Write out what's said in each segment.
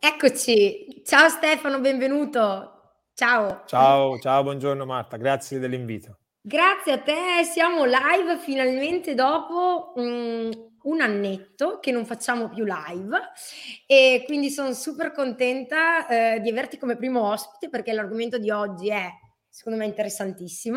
Eccoci. Ciao Stefano, benvenuto. Ciao. Ciao, ciao, buongiorno Marta, grazie dell'invito. Grazie a te, siamo live finalmente dopo, 1 annetto che non facciamo più live e quindi son super contenta, di averti come primo ospite perché l'argomento di oggi è, secondo me, interessantissimo.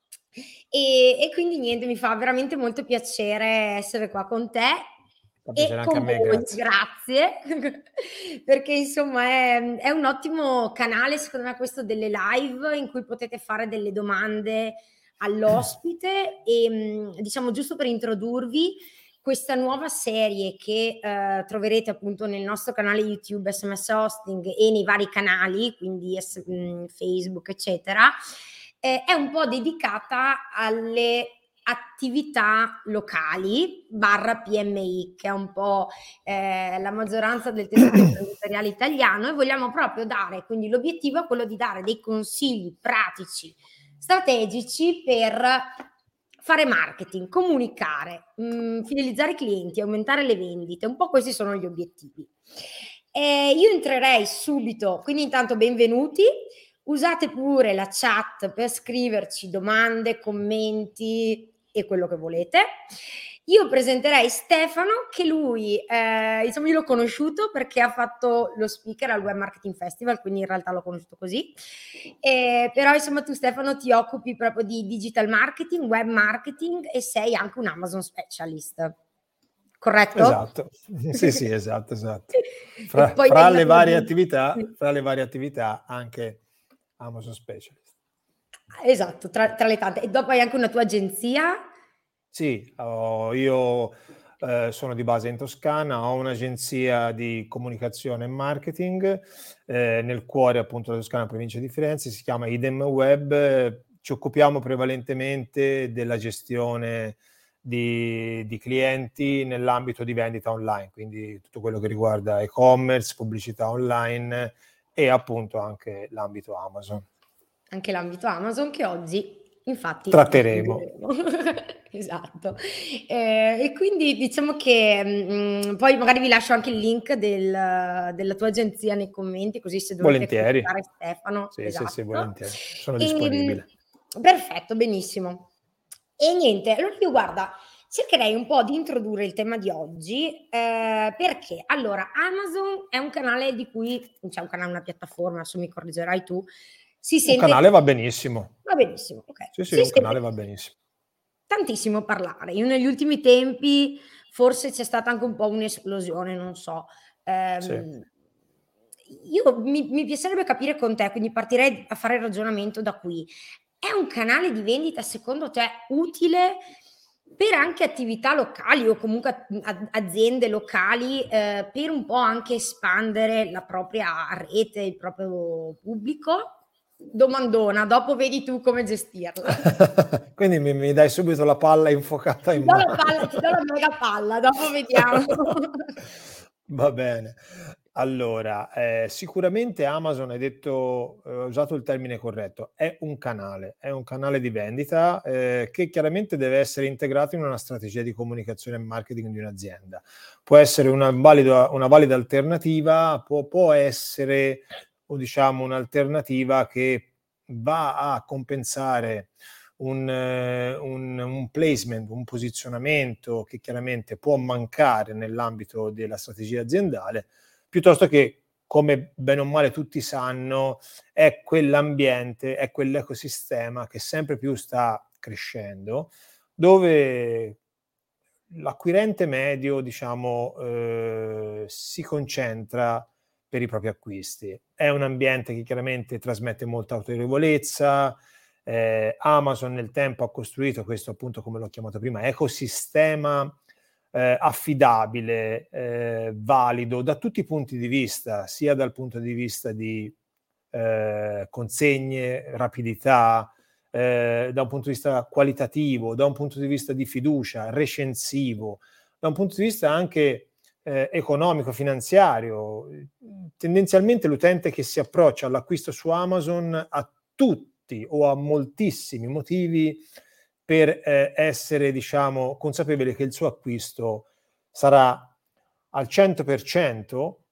E quindi niente, mi fa veramente molto piacere essere qua con te Fa e piacere anche a con me, voi, grazie. grazie, perché insomma è un ottimo canale secondo me questo delle live in cui potete fare delle domande all'ospite diciamo giusto per introdurvi questa nuova serie che, troverete appunto nel nostro canale YouTube SMS Hosting e nei vari canali, quindi Facebook eccetera, è un po' dedicata alle attività locali barra PMI, che è un po', la maggioranza del tessuto imprenditoriale italiano e vogliamo proprio dare quindi l'obiettivo è quello di dare dei consigli pratici, strategici per fare marketing, comunicare, fidelizzare i clienti, aumentare le vendite, un po' questi sono gli obiettivi. Io entrerei subito, quindi intanto benvenuti. Usate pure la chat per scriverci domande, commenti e quello che volete. Io presenterei Stefano che lui, diciamo io l'ho conosciuto perché ha fatto lo speaker al Web Marketing Festival, quindi in realtà l'ho conosciuto così. Però insomma tu Stefano ti occupi proprio di digital marketing, web marketing e sei anche un Amazon specialist. Corretto? Esatto, sì, sì, esatto, esatto. E Fra, poi hai fra la le tua varie sì. attività, fra le varie attività anche Amazon Specialist. Esatto, tra le tante. E dopo hai anche una tua agenzia? Sì, io sono di base in Toscana, ho un'agenzia di comunicazione e marketing nel cuore appunto della Toscana, provincia di Firenze, si chiama Idem Web, ci occupiamo prevalentemente della gestione di clienti nell'ambito di vendita online, quindi tutto quello che riguarda e-commerce, pubblicità online e appunto anche l'ambito Amazon. Anche l'ambito Amazon che oggi infatti Tratteremo. approfondiremo. Esatto. E quindi diciamo che, poi magari vi lascio anche il link della tua agenzia nei commenti, così se dovete Volentieri. contattare Stefano Sì, sì, sì, esatto. volentieri. Sono Ehm, disponibile. perfetto, benissimo. E niente, allora io guarda, cercherei un po' di introdurre il tema di oggi, perché allora Amazon è un canale di cui cioè un canale, una piattaforma, adesso mi correggerai tu, si Un sente canale va benissimo. va benissimo, okay. Sì, sì, Si un sente canale va benissimo. tantissimo parlare. Io negli ultimi tempi forse c'è stata anche un po' un'esplosione, non so. Sì. Ehm, io mi piacerebbe capire con te, quindi partirei a fare il ragionamento da qui. È un canale di vendita secondo te utile per anche attività locali o comunque aziende locali, per un po' anche espandere la propria rete, il proprio pubblico? Domandona, dopo vedi tu come gestirla. Quindi mi dai subito la palla infuocata in mano. Ti do la mega palla, dopo vediamo. Va bene. Allora, sicuramente Amazon hai detto hai usato il termine corretto, è un canale di vendita, che chiaramente deve essere integrato in una strategia di comunicazione e marketing di un'azienda. Può essere una valida alternativa, può essere o diciamo un'alternativa che va a compensare un placement, un posizionamento che chiaramente può mancare nell'ambito della strategia aziendale, piuttosto che, come bene o male tutti sanno, è quell'ambiente, è quell'ecosistema che sempre più sta crescendo, dove l'acquirente medio, diciamo, si concentra per i propri acquisti. È un ambiente che chiaramente trasmette molta autorevolezza. Amazon nel tempo ha costruito questo, appunto, come l'ho chiamato prima, ecosistema affidabile, valido da tutti i punti di vista, sia dal punto di vista di consegne, rapidità, da un punto di vista qualitativo, da un punto di vista di fiducia, recensivo, da un punto di vista anche economico, finanziario. Tendenzialmente l'utente che si approccia all'acquisto su Amazon ha tutti o ha moltissimi motivi per essere, diciamo, consapevole che il suo acquisto sarà al 100%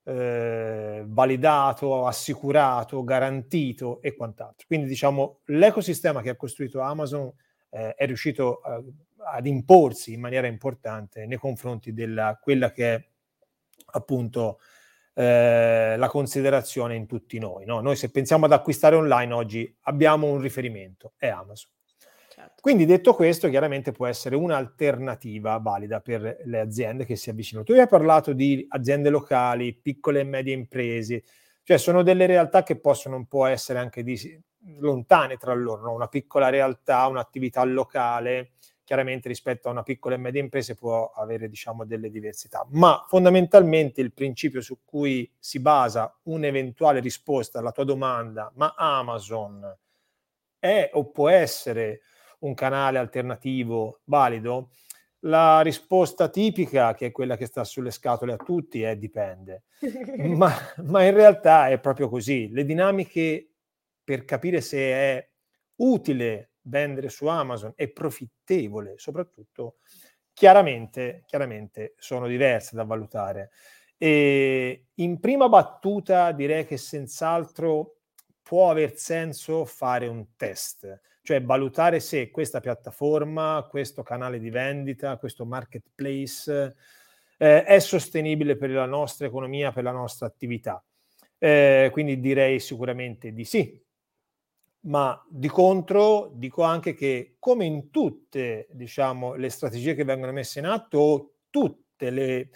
validato, assicurato, garantito e quant'altro. Quindi diciamo l'ecosistema che ha costruito Amazon è riuscito ad imporsi in maniera importante nei confronti della quella che è appunto la considerazione in tutti noi, no? Noi se pensiamo ad acquistare online oggi abbiamo un riferimento, è Amazon. Certo. Quindi detto questo, chiaramente può essere un'alternativa valida per le aziende che si avvicinano. Tu hai parlato di aziende locali, piccole e medie imprese, cioè sono delle realtà che possono un po' essere anche lontane tra loro, no? Una piccola realtà, un'attività locale, chiaramente rispetto a una piccola e media impresa può avere, diciamo, delle diversità, ma fondamentalmente il principio su cui si basa un'eventuale risposta alla tua domanda, ma Amazon è o può essere un canale alternativo valido? La risposta tipica, che è quella che sta sulle scatole a tutti, è dipende. Ma in realtà è proprio così. Le dinamiche per capire se è utile vendere su Amazon e profittevole soprattutto, chiaramente sono diverse da valutare. E in prima battuta direi che senz'altro può aver senso fare un test, cioè valutare se questa piattaforma, questo canale di vendita, questo marketplace è sostenibile per la nostra economia, per la nostra attività. Quindi direi sicuramente di sì. Ma di contro dico anche che, come in tutte, diciamo, le strategie che vengono messe in atto, tutte le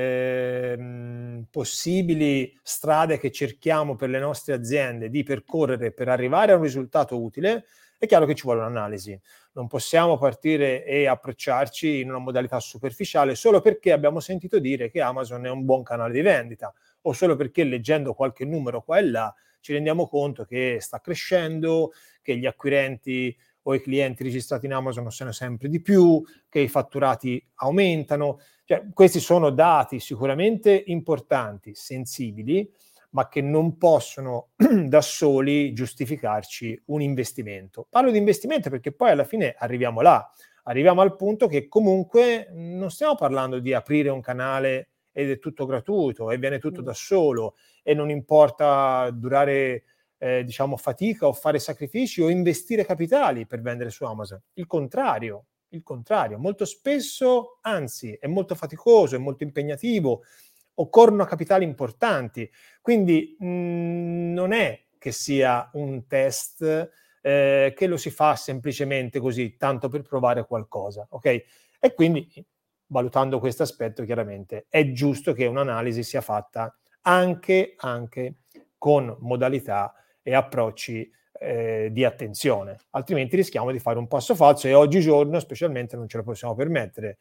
possibili strade che cerchiamo per le nostre aziende di percorrere per arrivare a un risultato utile, è chiaro che ci vuole un'analisi. Non possiamo partire e approcciarci in una modalità superficiale solo perché abbiamo sentito dire che Amazon è un buon canale di vendita o solo perché leggendo qualche numero qua e là ci rendiamo conto che sta crescendo, che gli acquirenti o i clienti registrati in Amazon sono sempre di più, che i fatturati aumentano. Cioè, questi sono dati sicuramente importanti, sensibili, ma che non possono da soli giustificarci un investimento. Parlo di investimento perché poi alla fine arriviamo là, arriviamo al punto che comunque non stiamo parlando di aprire un canale ed è tutto gratuito e viene tutto da solo e non importa durare diciamo fatica o fare sacrifici o investire capitali per vendere su Amazon. Il contrario, molto spesso, anzi, è molto faticoso, è molto impegnativo, occorrono capitali importanti, quindi non è che sia un test che lo si fa semplicemente così, tanto per provare qualcosa, ok? E quindi, valutando questo aspetto, chiaramente è giusto che un'analisi sia fatta anche con modalità e approcci di attenzione, altrimenti rischiamo di fare un passo falso e oggigiorno specialmente non ce lo possiamo permettere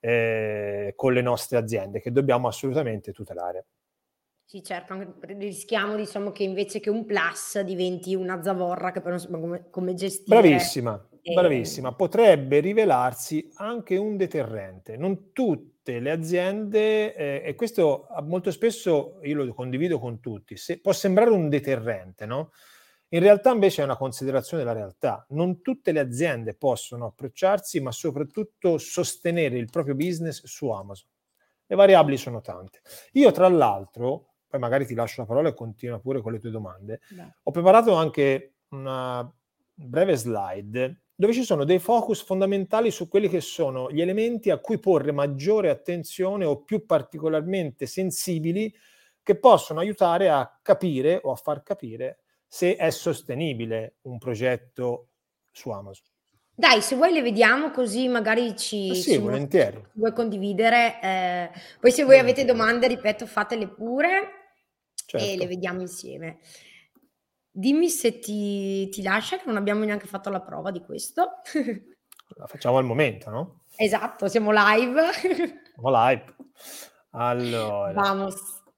con le nostre aziende che dobbiamo assolutamente tutelare. Sì, certo, rischiamo, diciamo, che invece che un plus diventi una zavorra che poi non sappiamo come gestire. Bravissima, bravissima. Potrebbe rivelarsi anche un deterrente. Non tutte le aziende, e questo molto spesso io lo condivido con tutti, può sembrare un deterrente, no? In realtà invece è una considerazione della realtà. Non tutte le aziende possono approcciarsi, ma soprattutto sostenere il proprio business su Amazon. Le variabili sono tante. Io tra l'altro, poi magari ti lascio la parola e continua pure con le tue domande, ho preparato anche una breve slide dove ci sono dei focus fondamentali su quelli che sono gli elementi a cui porre maggiore attenzione o più particolarmente sensibili che possono aiutare a capire o a far capire se è sostenibile un progetto su Amazon. Dai, se vuoi le vediamo così magari Sì, ci mostri se volentieri. vuoi condividere. Poi se voi avete Volentieri. domande, ripeto, fatele pure e le Certo. vediamo insieme. Dimmi se ti lascia, che non abbiamo neanche fatto la prova di questo. La facciamo al momento, no? Esatto, siamo live. Siamo live. Allora, Vamos.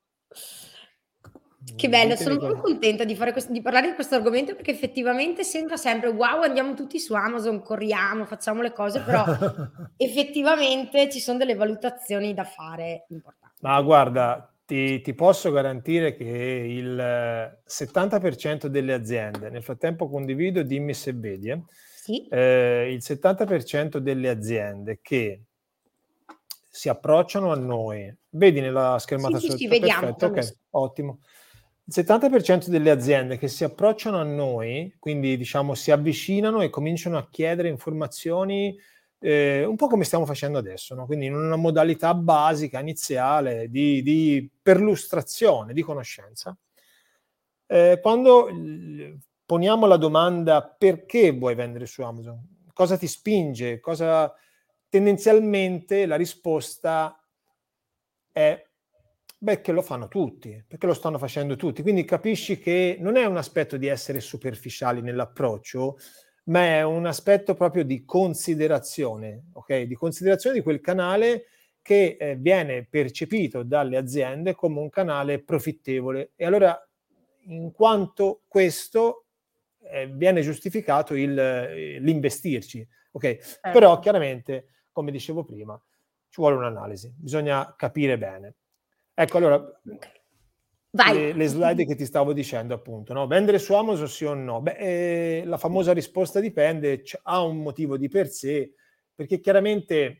Che bello, ditemi sono proprio contenta di di parlare di questo argomento perché effettivamente sembra sempre: "Wow, andiamo tutti su Amazon, corriamo, facciamo le cose", però effettivamente ci son delle valutazioni da fare Ma importanti. guarda, ti posso garantire che il 70% delle aziende, nel frattempo condivido, dimmi se vedi, Sì? il 70% delle aziende che si approcciano a noi, vedi nella schermata Sì, sotto? vediamo. Perfetto, ok, ottimo. Il 70% delle aziende che si approcciano a noi, quindi diciamo si avvicinano e cominciano a chiedere informazioni un po' come stiamo facendo adesso, no? Quindi in una modalità basica, iniziale, di perlustrazione, di conoscenza. Quando poniamo la domanda perché vuoi vendere su Amazon, cosa ti spinge, tendenzialmente la risposta è che lo fanno tutti, perché lo stanno facendo tutti. Quindi capisci che non è un aspetto di essere superficiali nell'approccio, ma è un aspetto proprio di considerazione, ok? Di considerazione di quel canale che viene percepito dalle aziende come un canale profittevole. E allora, in quanto questo, viene giustificato l'investirci, ok? Però chiaramente, come dicevo prima, ci vuole un'analisi, bisogna capire bene. Ecco, allora, le slide che ti stavo dicendo, appunto, no? Vendere su Amazon sì o no? La famosa risposta dipende, ha un motivo di per sé, perché chiaramente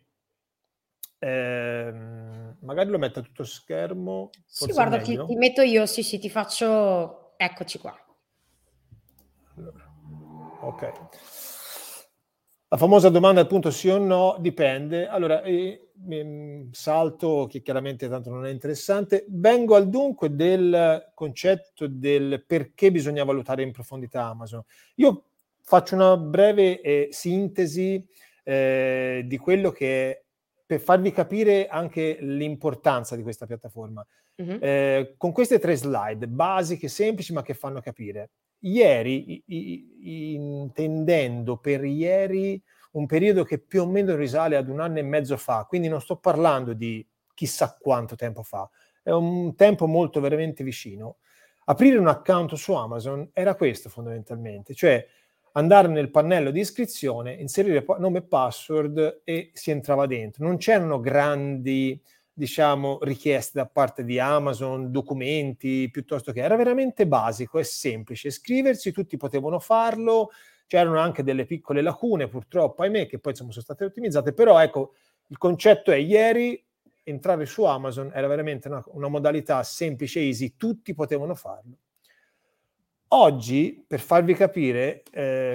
magari lo metto a tutto schermo, Sì, forse è guarda, ti meglio. metto io, sì, ti faccio... Eccoci qua. Allora, ok. La famosa domanda appunto sì o no dipende. Allora, salto che chiaramente tanto non è interessante. Vengo al dunque del concetto del perché bisogna valutare in profondità Amazon. Io faccio una breve sintesi di quello che è, per farvi capire anche l'importanza di questa piattaforma. Con queste 3 slide basiche, semplici, ma che fanno capire. Ieri, intendendo per ieri un periodo che più o meno risale ad 1 anno e mezzo fa, quindi non sto parlando di chissà quanto tempo fa, è un tempo molto veramente vicino. Aprire un account su Amazon era questo fondamentalmente, cioè andare nel pannello di iscrizione, inserire nome e password e si entrava dentro. Non c'erano grandi, diciamo, richieste da parte di Amazon, documenti, piuttosto che era veramente basico e semplice. Iscriversi, tutti potevano farlo, c'erano anche delle piccole lacune, purtroppo, ahimè, che poi sono state ottimizzate, però ecco, il concetto è ieri entrare su Amazon era veramente una modalità semplice e easy, tutti potevano farlo. Oggi, per farvi capire,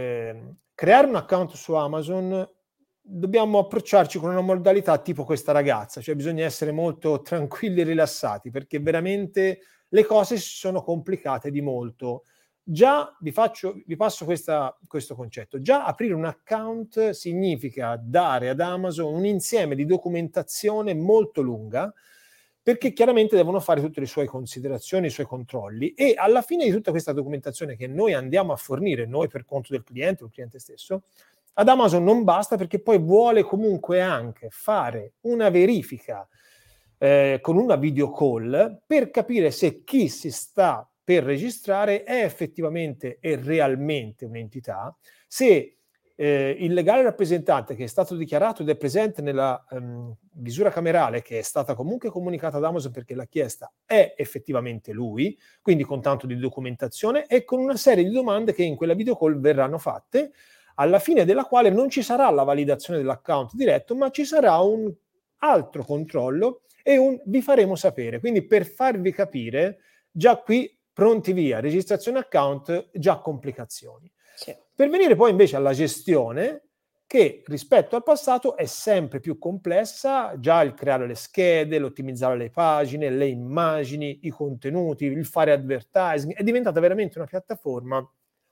creare un account su Amazon dobbiamo approcciarci con una modalità tipo questa ragazza, cioè bisogna essere molto tranquilli e rilassati perché veramente le cose si sono complicate di molto. Già vi passo questo concetto. Già aprire un account significa dare ad Amazon un insieme di documentazione molto lunga, perché chiaramente devono fare tutte le sue considerazioni, i suoi controlli, e alla fine di tutta questa documentazione che noi andiamo a fornire, noi per conto del cliente o il cliente stesso, ad Amazon non basta perché poi vuole comunque anche fare una verifica con una video call per capire se chi si sta per registrare è effettivamente e realmente un'entità, se il legale rappresentante che è stato dichiarato ed è presente nella visura camerale che è stata comunque comunicata ad Amazon perché l'ha chiesta è effettivamente lui, quindi con tanto di documentazione e con una serie di domande che in quella video call verranno fatte, alla fine della quale non ci sarà la validazione dell'account diretto, ma ci sarà un altro controllo e vi faremo sapere. Quindi per farvi capire, già qui pronti via, registrazione account, già complicazioni. Sì. Per venire poi invece alla gestione, che rispetto al passato è sempre più complessa, già il creare le schede, l'ottimizzare le pagine, le immagini, i contenuti, il fare advertising, è diventata veramente una piattaforma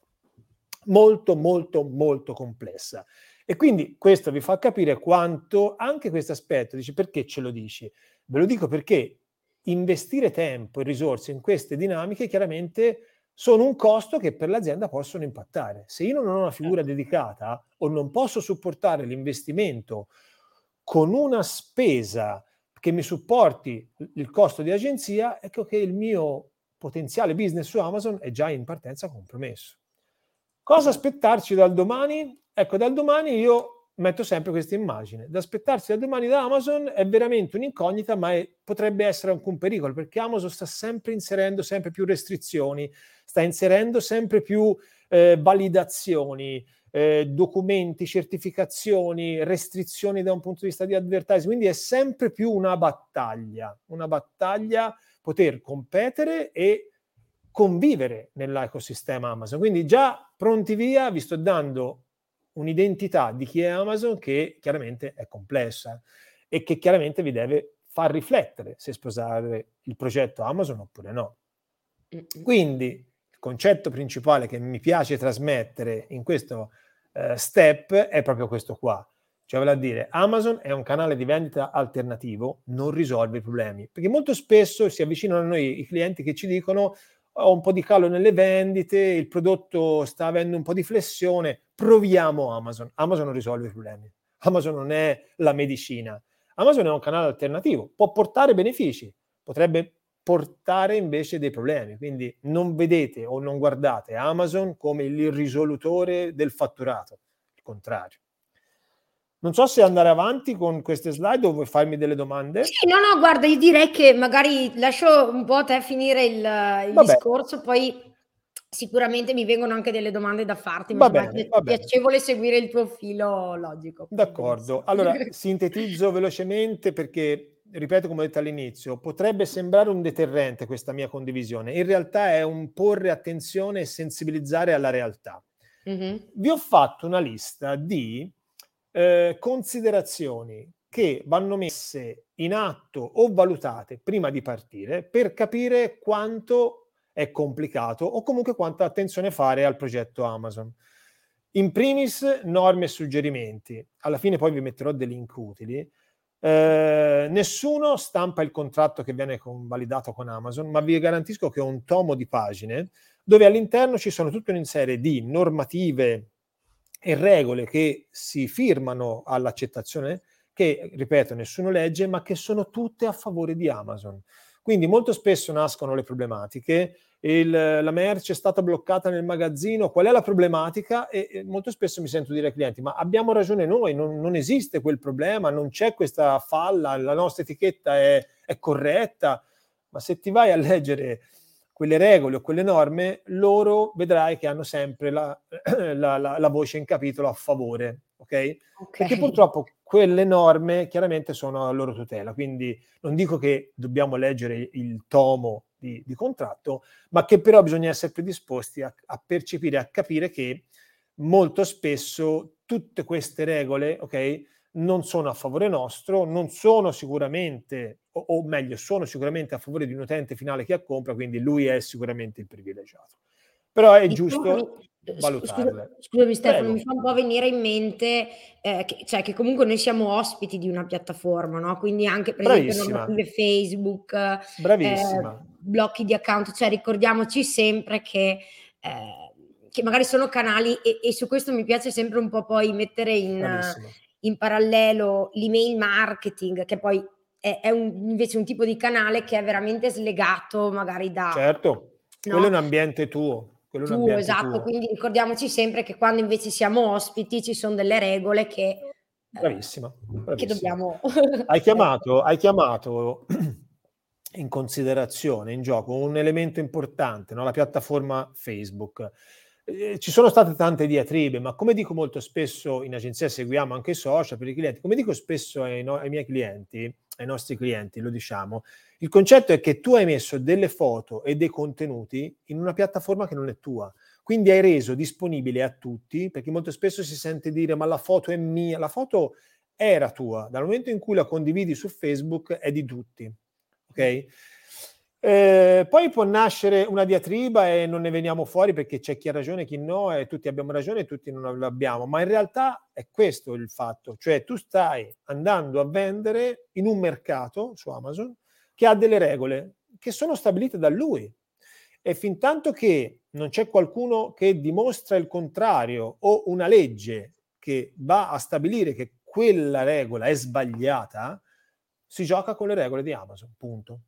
molto, molto, molto complessa. E quindi questo vi fa capire quanto anche questo aspetto, dice perché ce lo dici? Ve lo dico perché investire tempo e risorse in queste dinamiche chiaramente sono un costo che per l'azienda possono impattare. Se io non ho una figura dedicata o non posso supportare l'investimento con una spesa che mi supporti il costo di agenzia, ecco che il mio potenziale business su Amazon è già in partenza compromesso. Cosa aspettarci dal domani? Ecco, dal domani io metto sempre questa immagine. Da aspettarsi da domani da Amazon è veramente un'incognita, ma potrebbe essere anche un pericolo, perché Amazon sta sempre inserendo sempre più restrizioni, sta inserendo sempre più validazioni, documenti, certificazioni, restrizioni da un punto di vista di advertising, quindi è sempre più una battaglia poter competere e convivere nell'ecosistema Amazon. Quindi già pronti via, vi sto dando un'identità di chi è Amazon che chiaramente è complessa e che chiaramente vi deve far riflettere se sposare il progetto Amazon oppure no. Quindi il concetto principale che mi piace trasmettere in questo step è proprio questo qua. Cioè, vale a dire, Amazon è un canale di vendita alternativo, non risolve i problemi. Perché molto spesso si avvicinano a noi i clienti che ci dicono ho un po' di calo nelle vendite, il prodotto sta avendo un po' di flessione, proviamo Amazon. Amazon non risolve i problemi. Amazon non è la medicina. Amazon è un canale alternativo, può portare benefici, potrebbe portare invece dei problemi. Quindi non vedete o non guardate Amazon come il risolutore del fatturato, il contrario. Non so se andare avanti con queste slide o vuoi farmi delle domande. Sì, no, guarda, io direi che magari lascio un po' a te finire il discorso, poi sicuramente mi vengono anche delle domande da farti, ma insomma è piacevole seguire il tuo filo logico. D'accordo. Allora, sintetizzo velocemente perché, ripeto come ho detto all'inizio, potrebbe sembrare un deterrente questa mia condivisione. In realtà è un porre attenzione e sensibilizzare alla realtà. Vi ho fatto una lista di considerazioni che vanno messe in atto o valutate prima di partire per capire quanto è complicato o comunque quanta attenzione fare al progetto Amazon. In primis, norme e suggerimenti. Alla fine poi vi metterò dei link utili. Nessuno stampa il contratto che viene convalidato con Amazon, ma vi garantisco che è un tomo di pagine dove all'interno ci sono tutta una serie di normative e regole che si firmano all'accettazione, che, ripeto, nessuno legge, ma che sono tutte a favore di Amazon. Quindi molto spesso nascono le problematiche, la merce è stata bloccata nel magazzino, qual è la problematica? E molto spesso mi sento dire ai clienti, ma abbiamo ragione noi, non esiste quel problema, non c'è questa falla, la nostra etichetta è corretta, ma se ti vai a leggere quelle regole o quelle norme, loro vedrai che hanno sempre la voce in capitolo a favore, ok? Perché purtroppo quelle norme chiaramente sono a loro tutela, quindi non dico che dobbiamo leggere il tomo di contratto, ma che però bisogna essere predisposti a percepire, a capire che molto spesso tutte queste regole, ok, non sono a favore nostro, non sono sicuramente, o meglio, sono sicuramente a favore di un utente finale che compra, quindi lui è sicuramente il privilegiato. Però è giusto valutarle. Scusami Stefano, mi fa un po' venire in mente che comunque noi siamo ospiti di una piattaforma, no? Quindi anche per esempio normative Facebook, blocchi di account, cioè ricordiamoci sempre che magari sono canali e su questo mi piace sempre un po' poi mettere in parallelo l'email marketing, che poi è invece un tipo di canale che è veramente slegato magari da... Certo, quello è un ambiente tuo. Esatto, quindi ricordiamoci sempre che quando invece siamo ospiti ci sono delle regole che dobbiamo... Hai chiamato in considerazione, in gioco, un elemento importante, no? La piattaforma Facebook. Ci sono state tante diatribe, ma come dico molto spesso in agenzia seguiamo anche i social per i clienti, come dico spesso ai miei clienti, ai nostri clienti, lo diciamo, il concetto è che tu hai messo delle foto e dei contenuti in una piattaforma che non è tua. Quindi hai reso disponibile a tutti, perché molto spesso si sente dire ma la foto è mia, la foto era tua, dal momento in cui la condividi su Facebook è di tutti, ok? Poi può nascere una diatriba e non ne veniamo fuori perché c'è chi ha ragione, chi no, e tutti abbiamo ragione e tutti non l'abbiamo, ma in realtà è questo il fatto, cioè tu stai andando a vendere in un mercato su Amazon che ha delle regole che sono stabilite da lui e fin tanto che non c'è qualcuno che dimostra il contrario o una legge che va a stabilire che quella regola è sbagliata, si gioca con le regole di Amazon, punto.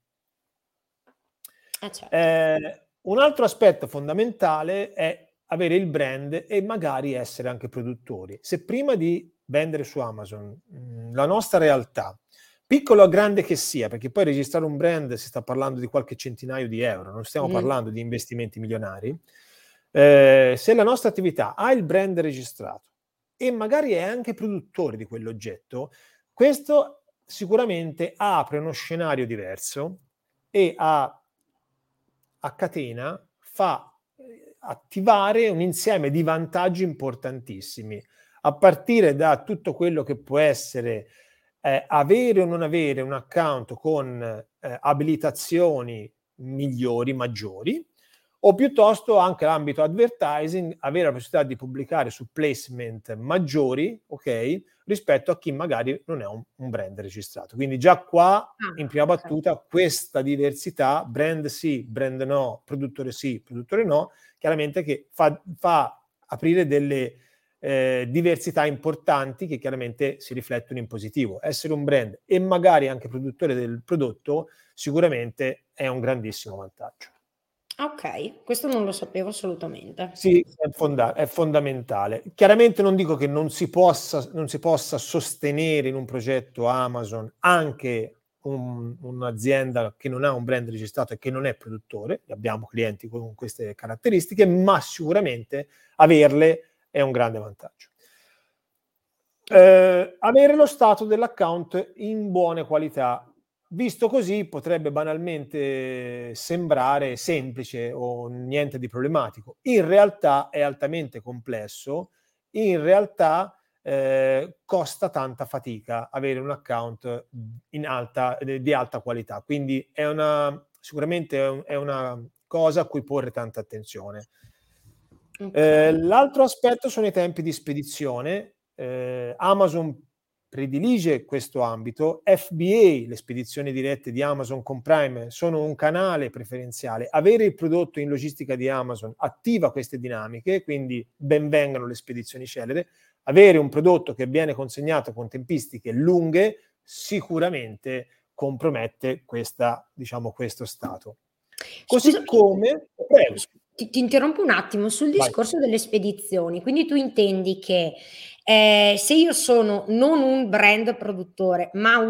Certo. Un altro aspetto fondamentale è avere il brand e magari essere anche produttori. Se prima di vendere su Amazon la nostra realtà, piccolo o grande che sia, perché poi registrare un brand si sta parlando di qualche centinaio di euro, non stiamo parlando di investimenti milionari, Se la nostra attività ha il brand registrato e magari è anche produttore di quell'oggetto, questo sicuramente apre uno scenario diverso e a catena fa attivare un insieme di vantaggi importantissimi, a partire da tutto quello che può essere avere o non avere un account con abilitazioni migliori, maggiori, o piuttosto anche l'ambito advertising, avere la possibilità di pubblicare su placement maggiori, ok, rispetto a chi magari non è un brand registrato. Quindi già qua, in prima battuta, questa diversità, brand sì, brand no, produttore sì, produttore no, chiaramente che fa aprire delle diversità importanti che chiaramente si riflettono in positivo. Essere un brand e magari anche produttore del prodotto sicuramente è un grandissimo vantaggio. Ok, questo non lo sapevo assolutamente. Sì, è fondamentale. Chiaramente non dico che non si possa sostenere in un progetto Amazon anche un'azienda che non ha un brand registrato e che non è produttore, abbiamo clienti con queste caratteristiche, ma sicuramente averle è un grande vantaggio. Avere lo stato dell'account in buone qualità. Visto così potrebbe banalmente sembrare semplice o niente di problematico. In realtà è altamente complesso, in realtà costa tanta fatica avere un account di alta qualità, quindi sicuramente è una cosa a cui porre tanta attenzione. L'altro aspetto sono i tempi di spedizione. Amazon predilige questo ambito. FBA, le spedizioni dirette di Amazon con Prime, sono un canale preferenziale. Avere il prodotto in logistica di Amazon attiva queste dinamiche, quindi ben vengano le spedizioni celere. Avere un prodotto che viene consegnato con tempistiche lunghe sicuramente compromette questo stato. Così Scusami, come... Prego. ti interrompo un attimo sul Vai. discorso delle spedizioni. Quindi tu intendi che se io sono non un brand produttore, ma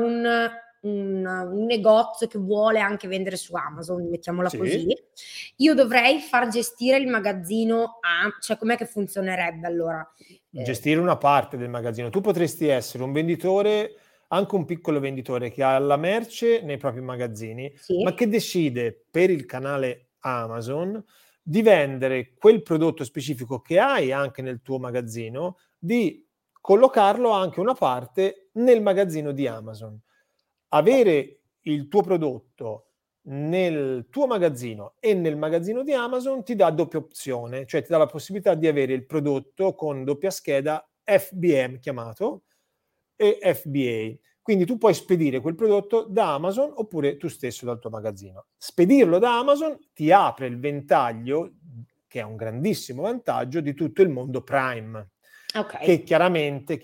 un negozio che vuole anche vendere su Amazon, mettiamola così, Sì. io dovrei far gestire il magazzino cioè com'è che funzionerebbe allora? Gestire una parte del magazzino. Tu potresti essere un venditore, anche un piccolo venditore che ha la merce nei propri magazzini, Sì. ma che decide per il canale Amazon di vendere quel prodotto specifico che hai anche nel tuo magazzino, di collocarlo anche una parte nel magazzino di Amazon. Avere il tuo prodotto nel tuo magazzino e nel magazzino di Amazon ti dà doppia opzione, cioè ti dà la possibilità di avere il prodotto con doppia scheda FBM chiamato e FBA. Quindi tu puoi spedire quel prodotto da Amazon oppure tu stesso dal tuo magazzino. Spedirlo da Amazon ti apre il ventaglio, che è un grandissimo vantaggio, di tutto il mondo Prime. Ok. Che chiaramente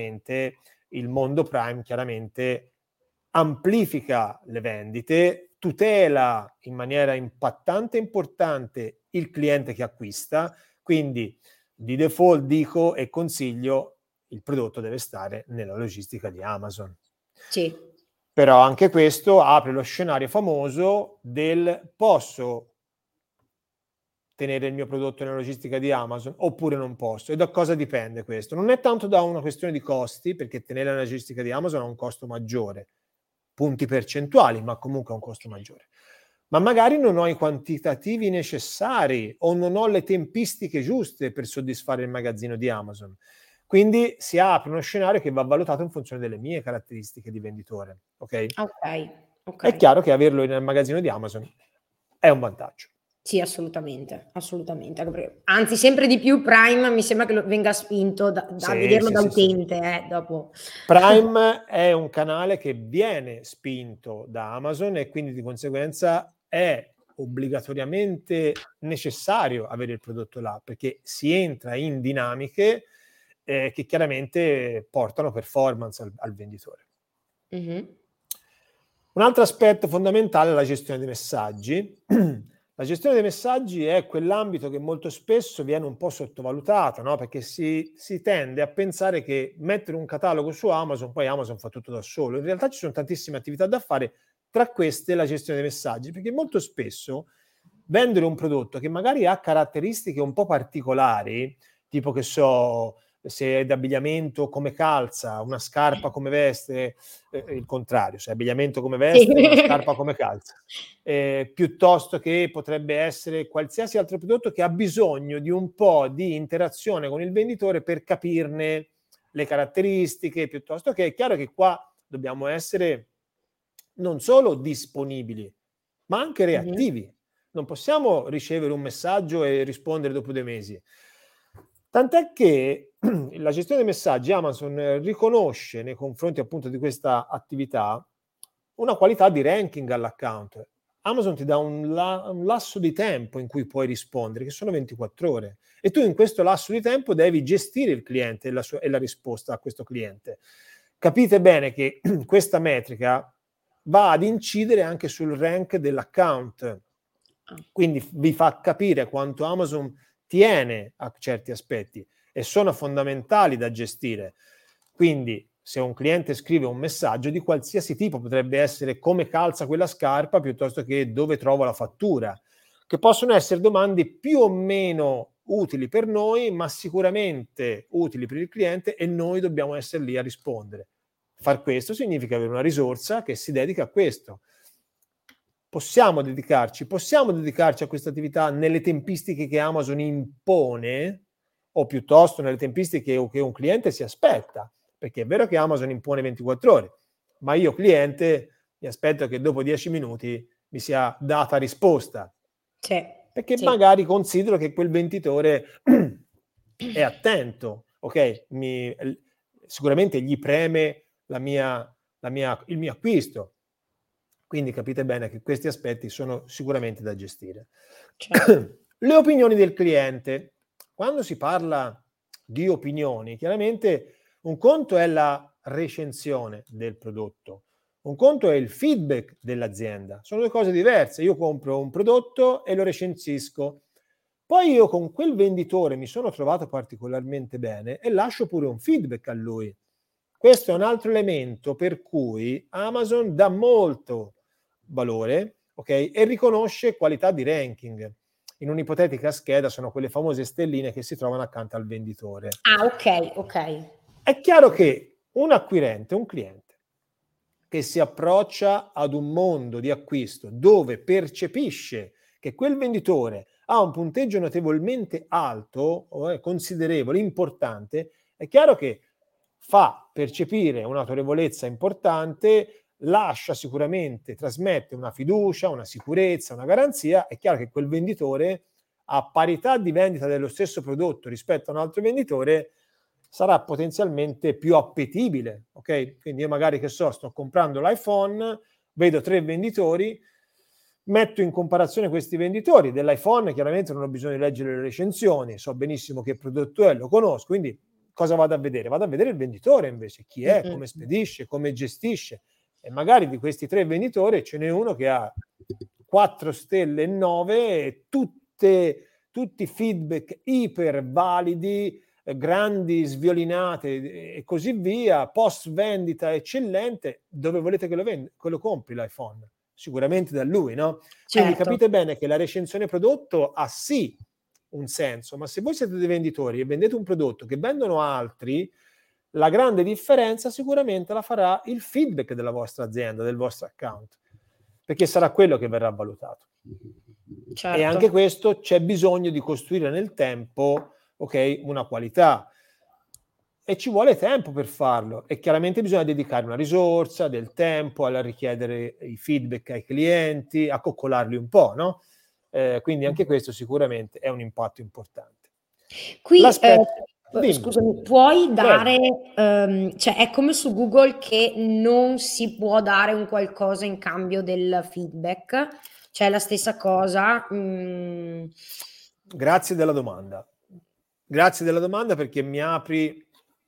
il mondo Prime chiaramente amplifica le vendite, tutela in maniera impattante e importante il cliente che acquista, quindi di default dico e consiglio il prodotto deve stare nella logistica di Amazon. Sì. Però anche questo apre lo scenario famoso del posso tenere il mio prodotto nella logistica di Amazon oppure non posso. E da cosa dipende questo? Non è tanto da una questione di costi, perché tenere la logistica di Amazon ha un costo maggiore, punti percentuali, ma comunque ha un costo maggiore. Ma magari non ho i quantitativi necessari o non ho le tempistiche giuste per soddisfare il magazzino di Amazon. Quindi si apre uno scenario che va valutato in funzione delle mie caratteristiche di venditore. Ok? È chiaro che averlo nel magazzino di Amazon è un vantaggio. Sì, assolutamente, assolutamente. Anzi, sempre di più Prime mi sembra che venga spinto da vederlo da utente, dopo. Prime è un canale che viene spinto da Amazon e quindi di conseguenza è obbligatoriamente necessario avere il prodotto là, perché si entra in dinamiche che chiaramente portano performance al venditore. Mm-hmm. Un altro aspetto fondamentale è la gestione dei messaggi. La gestione dei messaggi è quell'ambito che molto spesso viene un po' sottovalutato, no? Perché si tende a pensare che mettere un catalogo su Amazon, poi Amazon fa tutto da solo. In realtà ci sono tantissime attività da fare, tra queste la gestione dei messaggi, perché molto spesso vendere un prodotto che magari ha caratteristiche un po' particolari, tipo che so, se è d'abbigliamento come calza, una scarpa come veste, il contrario, se è abbigliamento come veste, una scarpa come calza, piuttosto che potrebbe essere qualsiasi altro prodotto che ha bisogno di un po' di interazione con il venditore per capirne le caratteristiche, piuttosto che è chiaro che qua dobbiamo essere non solo disponibili, ma anche reattivi. Non possiamo ricevere un messaggio e rispondere dopo 2 mesi. Tant'è che la gestione dei messaggi Amazon riconosce nei confronti appunto di questa attività una qualità di ranking all'account. Amazon ti dà un lasso di tempo in cui puoi rispondere, che sono 24 ore. E tu in questo lasso di tempo devi gestire il cliente e la risposta a questo cliente. Capite bene che questa metrica va ad incidere anche sul rank dell'account. Quindi vi fa capire quanto Amazon tiene a certi aspetti e sono fondamentali da gestire. Quindi se un cliente scrive un messaggio di qualsiasi tipo, potrebbe essere come calza quella scarpa piuttosto che dove trovo la fattura, che possono essere domande più o meno utili per noi, ma sicuramente utili per il cliente, e noi dobbiamo essere lì a rispondere. Far questo significa avere una risorsa che si dedica a questo. Possiamo dedicarci a questa attività nelle tempistiche che Amazon impone, o piuttosto nelle tempistiche che un cliente si aspetta, perché è vero che Amazon impone 24 ore, ma io cliente mi aspetto che dopo 10 minuti mi sia data risposta, perché magari considero che quel venditore è attento, ok? Sicuramente gli preme il mio acquisto. Quindi capite bene che questi aspetti sono sicuramente da gestire. Certo. Le opinioni del cliente. Quando si parla di opinioni, chiaramente un conto è la recensione del prodotto, un conto è il feedback dell'azienda. Sono 2 cose diverse. Io compro un prodotto e lo recensisco. Poi io con quel venditore mi sono trovato particolarmente bene e lascio pure un feedback a lui. Questo è un altro elemento per cui Amazon dà molto valore, ok? E riconosce qualità di ranking. In un'ipotetica scheda sono quelle famose stelline che si trovano accanto al venditore. Ah, ok. È chiaro che un acquirente, un cliente che si approccia ad un mondo di acquisto dove percepisce che quel venditore ha un punteggio notevolmente alto, considerevole, importante, è chiaro che fa percepire un'autorevolezza importante, lascia sicuramente, trasmette una fiducia, una sicurezza, una garanzia. È chiaro che quel venditore, a parità di vendita dello stesso prodotto rispetto a un altro venditore, sarà potenzialmente più appetibile, ok? Quindi io magari, che so, sto comprando l'iPhone, vedo 3 venditori, metto in comparazione questi venditori. Dell'iPhone chiaramente non ho bisogno di leggere le recensioni, so benissimo che prodotto è, lo conosco, quindi cosa vado a vedere? Vado a vedere il venditore invece, chi è, come spedisce, come gestisce. E magari di questi 3 venditori ce n'è uno che ha 4 stelle e 9, e tutti feedback iper validi, grandi sviolinate e così via, post vendita eccellente. Dove volete che lo compri l'iPhone? Sicuramente da lui, no? Quindi capite bene che la recensione prodotto ha sì un senso, ma se voi siete dei venditori e vendete un prodotto che vendono altri, la grande differenza sicuramente la farà il feedback della vostra azienda, del vostro account, perché sarà quello che verrà valutato. Certo. E anche questo c'è bisogno di costruire nel tempo, ok, una qualità, e ci vuole tempo per farlo, e chiaramente bisogna dedicare una risorsa, del tempo, a richiedere i feedback ai clienti, a coccolarli un po', no? Quindi anche questo sicuramente è un impatto importante. Qui, scusami, puoi dare, cioè è come su Google che non si può dare un qualcosa in cambio del feedback? Cioè è la stessa cosa? Grazie della domanda. Grazie della domanda, perché mi apri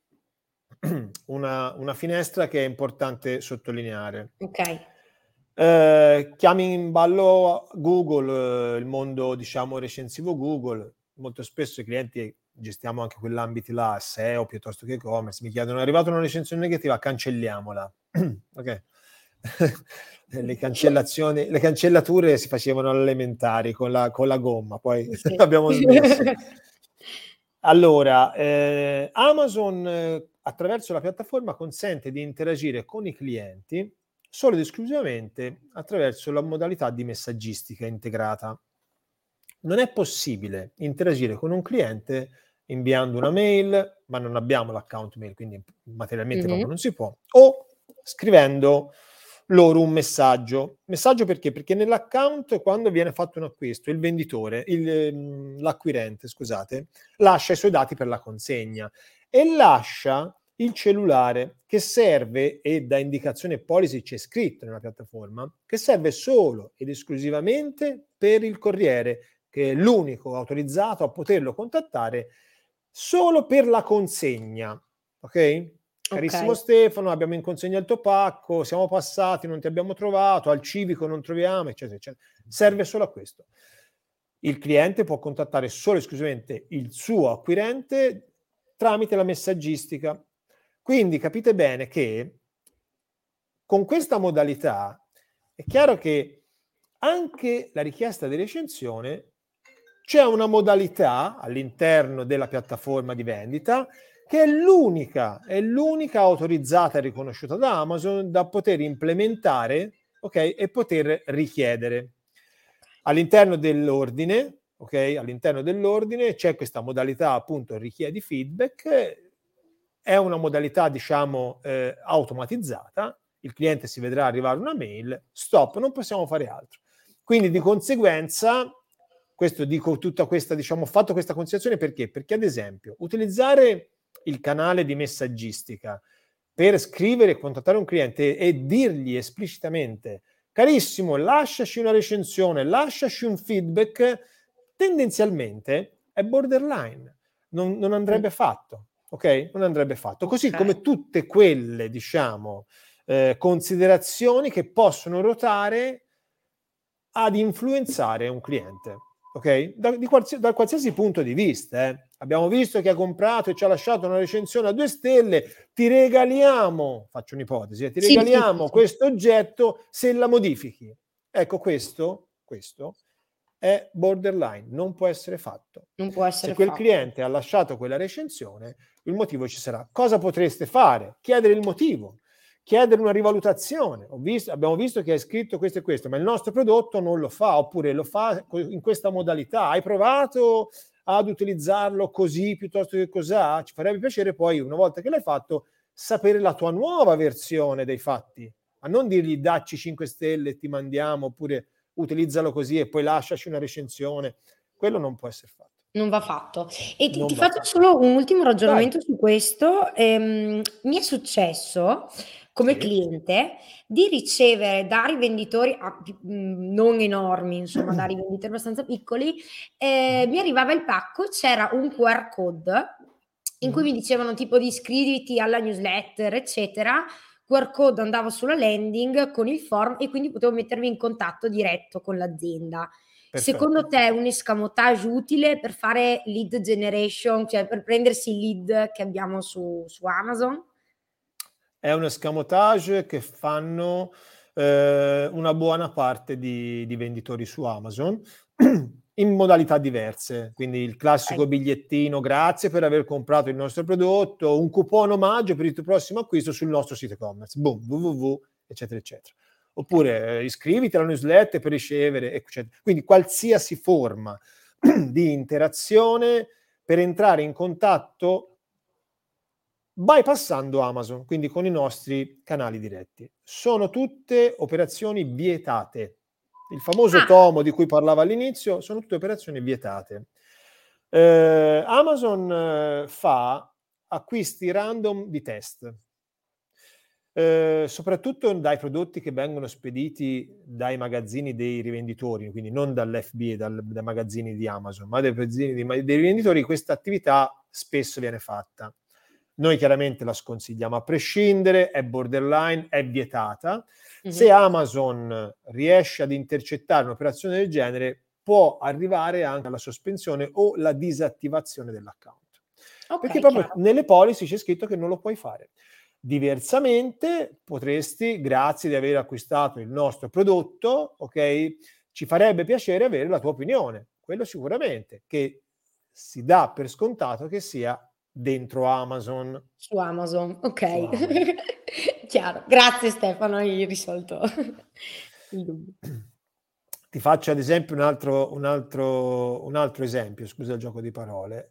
una finestra che è importante sottolineare. Ok. Chiami in ballo Google, il mondo, diciamo, recensivo Google. Molto spesso i clienti, gestiamo anche quell'ambito là, SEO piuttosto che e-commerce, mi chiedono: è arrivata una recensione negativa, cancelliamola. Ok. le cancellature si facevano alle elementari con la gomma, poi Sì. abbiamo smesso. Allora, Amazon attraverso la piattaforma consente di interagire con i clienti solo ed esclusivamente attraverso la modalità di messaggistica integrata. Non è possibile interagire con un cliente inviando una mail, ma non abbiamo l'account mail, quindi materialmente proprio non si può, o scrivendo loro un messaggio. Messaggio perché? Perché nell'account, quando viene fatto un acquisto, il venditore, l'acquirente, scusate, lascia i suoi dati per la consegna e lascia il cellulare che serve, e da indicazione policy c'è scritto nella piattaforma, che serve solo ed esclusivamente per il corriere, che è l'unico autorizzato a poterlo contattare solo per la consegna, ok? Carissimo Stefano, abbiamo in consegna il tuo pacco, siamo passati, non ti abbiamo trovato, al civico non troviamo, eccetera, eccetera. Serve solo a questo. Il cliente può contattare solo e esclusivamente il suo acquirente tramite la messaggistica. Quindi capite bene che con questa modalità è chiaro che anche la richiesta di recensione c'è una modalità all'interno della piattaforma di vendita che è l'unica autorizzata e riconosciuta da Amazon da poter implementare, ok, e poter richiedere. All'interno dell'ordine, ok, all'interno dell'ordine c'è questa modalità appunto richiedi feedback, è una modalità diciamo automatizzata, il cliente si vedrà arrivare una mail, stop, non possiamo fare altro. Quindi di conseguenza, questo dico tutta questa, diciamo, ho fatto questa considerazione perché? Perché ad esempio utilizzare il canale di messaggistica per scrivere e contattare un cliente e dirgli esplicitamente carissimo, lasciaci una recensione, lasciaci un feedback, tendenzialmente è borderline, non andrebbe fatto, ok? Non andrebbe fatto. Così come tutte quelle, diciamo, considerazioni che possono ruotare ad influenzare un cliente, ok? Da qualsiasi punto di vista. Abbiamo visto che ha comprato e ci ha lasciato una recensione a 2 stelle, ti regaliamo, faccio un'ipotesi, ti regaliamo questo oggetto se la modifichi. Ecco, questo è borderline, non può essere fatto. Non può essere se quel fatto. cliente ha lasciato quella recensione, il motivo ci sarà. Cosa potreste fare? Chiedere il motivo, chiedere una rivalutazione. Abbiamo visto che hai scritto questo e questo, ma il nostro prodotto non lo fa, oppure lo fa in questa modalità. Hai provato ad utilizzarlo così piuttosto che cos'ha? Ci farebbe piacere poi, una volta che l'hai fatto, sapere la tua nuova versione dei fatti, ma non dirgli dacci 5 stelle, ti mandiamo, oppure utilizzalo così e poi lasciaci una recensione. Quello non può essere fatto. Non va fatto. E ti Non va faccio fatto. solo un ultimo Vai. ragionamento su questo. Mi è successo come Sì. cliente di ricevere da rivenditori non enormi, insomma, da rivenditori abbastanza piccoli, mi arrivava il pacco, c'era un QR code in cui mi dicevano tipo di iscriviti alla newsletter, eccetera. QR code andava sulla landing con il form e quindi potevo mettermi in contatto diretto con l'azienda. Perfetto. Secondo te è un escamotage utile per fare lead generation, cioè per prendersi i lead che abbiamo su Amazon? È un escamotage che fanno una buona parte di venditori su Amazon in modalità diverse, quindi il classico bigliettino grazie per aver comprato il nostro prodotto, un coupon omaggio per il tuo prossimo acquisto sul nostro sito e-commerce, boom, www, eccetera eccetera. Oppure iscriviti alla newsletter per ricevere, eccetera. Quindi qualsiasi forma di interazione per entrare in contatto bypassando Amazon, quindi con i nostri canali diretti. Sono tutte operazioni vietate. Il famoso tomo di cui parlava all'inizio sono tutte operazioni vietate. Amazon fa acquisti random di test, soprattutto dai prodotti che vengono spediti dai magazzini dei rivenditori, quindi non dall'FBA, dai magazzini di Amazon, ma dai magazzini dei rivenditori. Questa attività spesso viene fatta. Noi chiaramente la sconsigliamo a prescindere, è borderline, è vietata. Se Amazon riesce ad intercettare un'operazione del genere, può arrivare anche alla sospensione o la disattivazione dell'account. Perché proprio nelle policy c'è scritto che non lo puoi fare. Diversamente potresti, grazie di aver acquistato il nostro prodotto, ok, ci farebbe piacere avere la tua opinione, quello sicuramente, che si dà per scontato che sia dentro Amazon. Su Amazon, Su okay. Amazon. Chiaro. Grazie Stefano, hai risolto il dubbio. Ti faccio ad esempio un altro esempio, scusa il gioco di parole.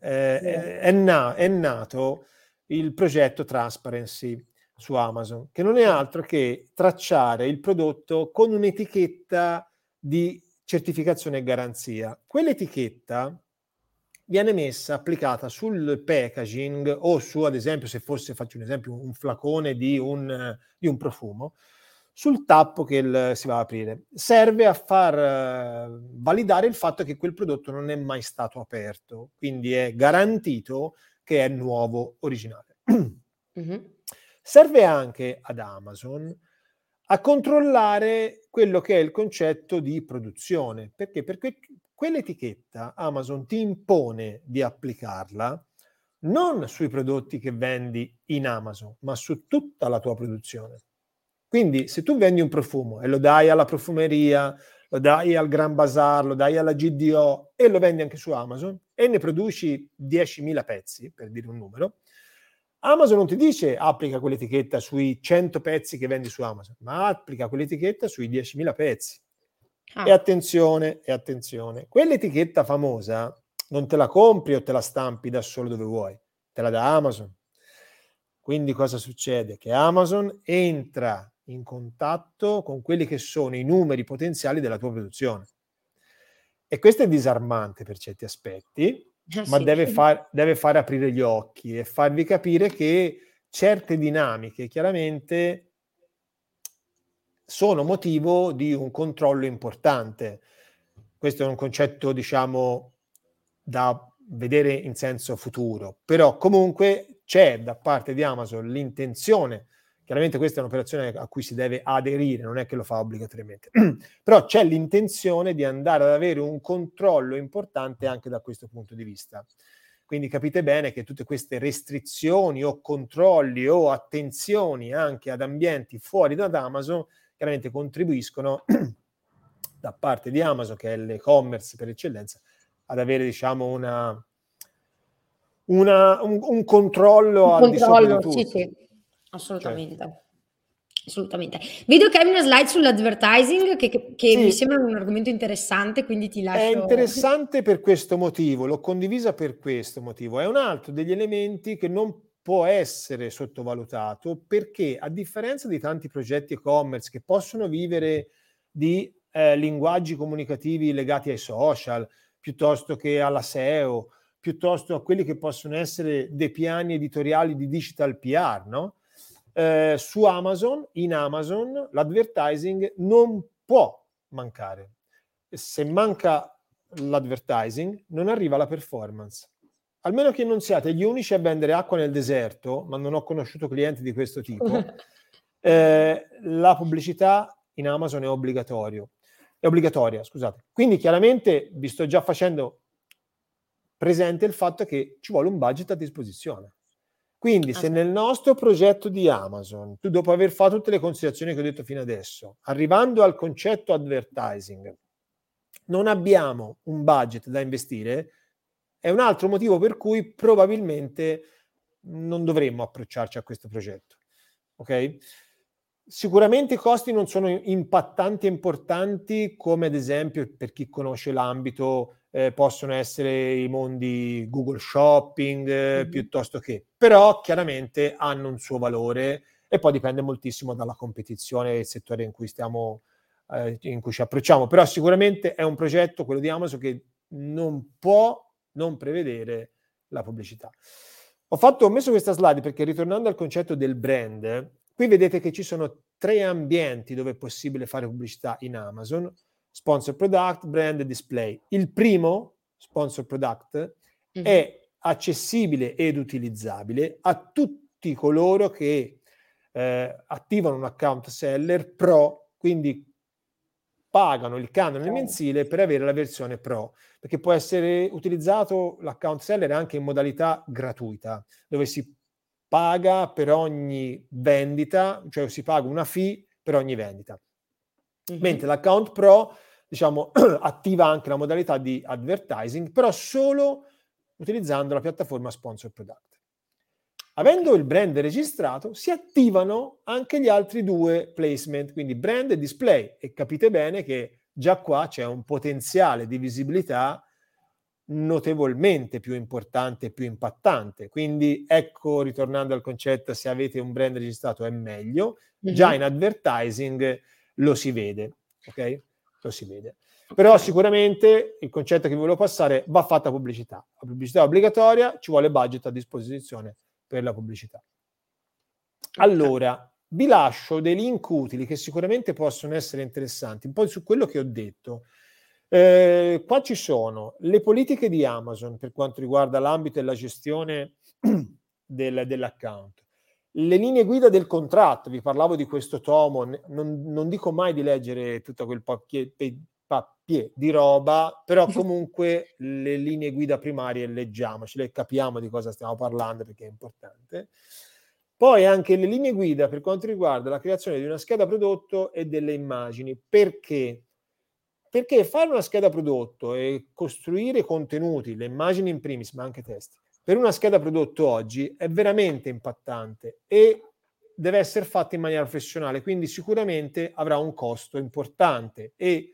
È nato il progetto Transparency su Amazon, che non è altro che tracciare il prodotto con un'etichetta di certificazione e garanzia. Quell'etichetta viene messa, applicata sul packaging o su, ad esempio, se fosse, faccio un esempio, un flacone di un profumo, sul tappo che si va ad aprire. Serve a far validare il fatto che quel prodotto non è mai stato aperto, quindi è garantito che è nuovo, originale. Mh-mh. Serve anche ad Amazon a controllare quello che è il concetto di produzione. Perché? Perché quell'etichetta Amazon ti impone di applicarla non sui prodotti che vendi in Amazon, ma su tutta la tua produzione. Quindi se tu vendi un profumo e lo dai alla profumeria, lo dai al Gran Bazar, lo dai alla GDO e lo vendi anche su Amazon e ne produci 10.000 pezzi, per dire un numero, Amazon non ti dice applica quell'etichetta sui 100 pezzi che vendi su Amazon, ma applica quell'etichetta sui 10.000 pezzi. E Ah, attenzione, quell'etichetta famosa non te la compri o te la stampi da solo dove vuoi, te la dà Amazon. Quindi cosa succede? Che Amazon entra in contatto con quelli che sono i numeri potenziali della tua produzione. E questo è disarmante per certi aspetti, ma sì. deve far aprire gli occhi e farvi capire che certe dinamiche chiaramente sono motivo di un controllo importante. Questo è un concetto, diciamo, da vedere in senso futuro, però comunque c'è da parte di Amazon l'intenzione, chiaramente questa è un'operazione a cui si deve aderire, non è che lo fa obbligatoriamente, però c'è l'intenzione di andare ad avere un controllo importante anche da questo punto di vista. Quindi capite bene che tutte queste restrizioni o controlli o attenzioni anche ad ambienti fuori da Amazon chiaramente contribuiscono da parte di Amazon, che è l'e-commerce per eccellenza, ad avere, diciamo, un controllo Il al di sopra di controllo, sì, tutto. sì, Certo. assolutamente. Assolutamente. Vedo che hai una slide sull'advertising che mi Sì, sembra un argomento interessante, quindi ti è lascio. interessante per questo motivo, l'ho condivisa per questo motivo. È un altro degli elementi che non può essere sottovalutato perché, a differenza di tanti progetti e-commerce che possono vivere di linguaggi comunicativi legati ai social, piuttosto che alla SEO, piuttosto a quelli che possono essere dei piani editoriali di digital PR, no? Su Amazon, in Amazon, l'advertising non può mancare. Se manca l'advertising, non arriva la performance. Almeno che non siate gli unici a vendere acqua nel deserto, ma non ho conosciuto clienti di questo tipo, la pubblicità in Amazon è obbligatoria, scusate. Quindi chiaramente vi sto già facendo presente il fatto che ci vuole un budget a disposizione. Quindi se nel nostro progetto di Amazon, tu dopo aver fatto tutte le considerazioni che ho detto fino adesso, arrivando al concetto advertising, non abbiamo un budget da investire, è un altro motivo per cui probabilmente non dovremmo approcciarci a questo progetto. Ok? Sicuramente i costi non sono impattanti e importanti come ad esempio per chi conosce l'ambito possono essere i mondi Google Shopping piuttosto che, però chiaramente hanno un suo valore e poi dipende moltissimo dalla competizione e il settore in cui stiamo in cui ci approcciamo, però sicuramente è un progetto, quello di Amazon, che non può non prevedere la pubblicità. Ho messo questa slide perché ritornando al concetto del brand, qui vedete che ci sono 3 ambienti dove è possibile fare pubblicità in Amazon: sponsor product, brand e display. Il primo, sponsor product, Mh-mh. è accessibile ed utilizzabile a tutti coloro che attivano un account seller pro, quindi pagano il canone Okay. mensile per avere la versione pro, perché può essere utilizzato l'account seller anche in modalità gratuita, dove si paga per ogni vendita, cioè si paga una fee per ogni vendita. Mentre l'account Pro, diciamo, attiva anche la modalità di advertising, però solo utilizzando la piattaforma Sponsor Product. Avendo il brand registrato, si attivano anche gli altri due placement, quindi brand e display, e capite bene che già qua c'è un potenziale di visibilità notevolmente più importante e più impattante. Quindi ecco, ritornando al concetto, se avete un brand registrato è meglio, già in advertising lo si vede, ok? Lo si vede. Però sicuramente il concetto che vi volevo passare: va fatta pubblicità. La pubblicità è obbligatoria, ci vuole budget a disposizione per la pubblicità. Allora, vi lascio dei link utili che sicuramente possono essere interessanti, un po' su quello che ho detto. Qua ci sono le politiche di Amazon per quanto riguarda l'ambito e la gestione dell'account, le linee guida del contratto. Vi parlavo di questo tomo, non dico mai di leggere tutto quel papier di roba, però comunque le linee guida primarie leggiamocele, capiamo di cosa stiamo parlando perché è importante. Poi anche le linee guida per quanto riguarda la creazione di una scheda prodotto e delle immagini. Perché? Perché fare una scheda prodotto e costruire contenuti, le immagini in primis, ma anche testi, per una scheda prodotto oggi è veramente impattante e deve essere fatta in maniera professionale, quindi sicuramente avrà un costo importante e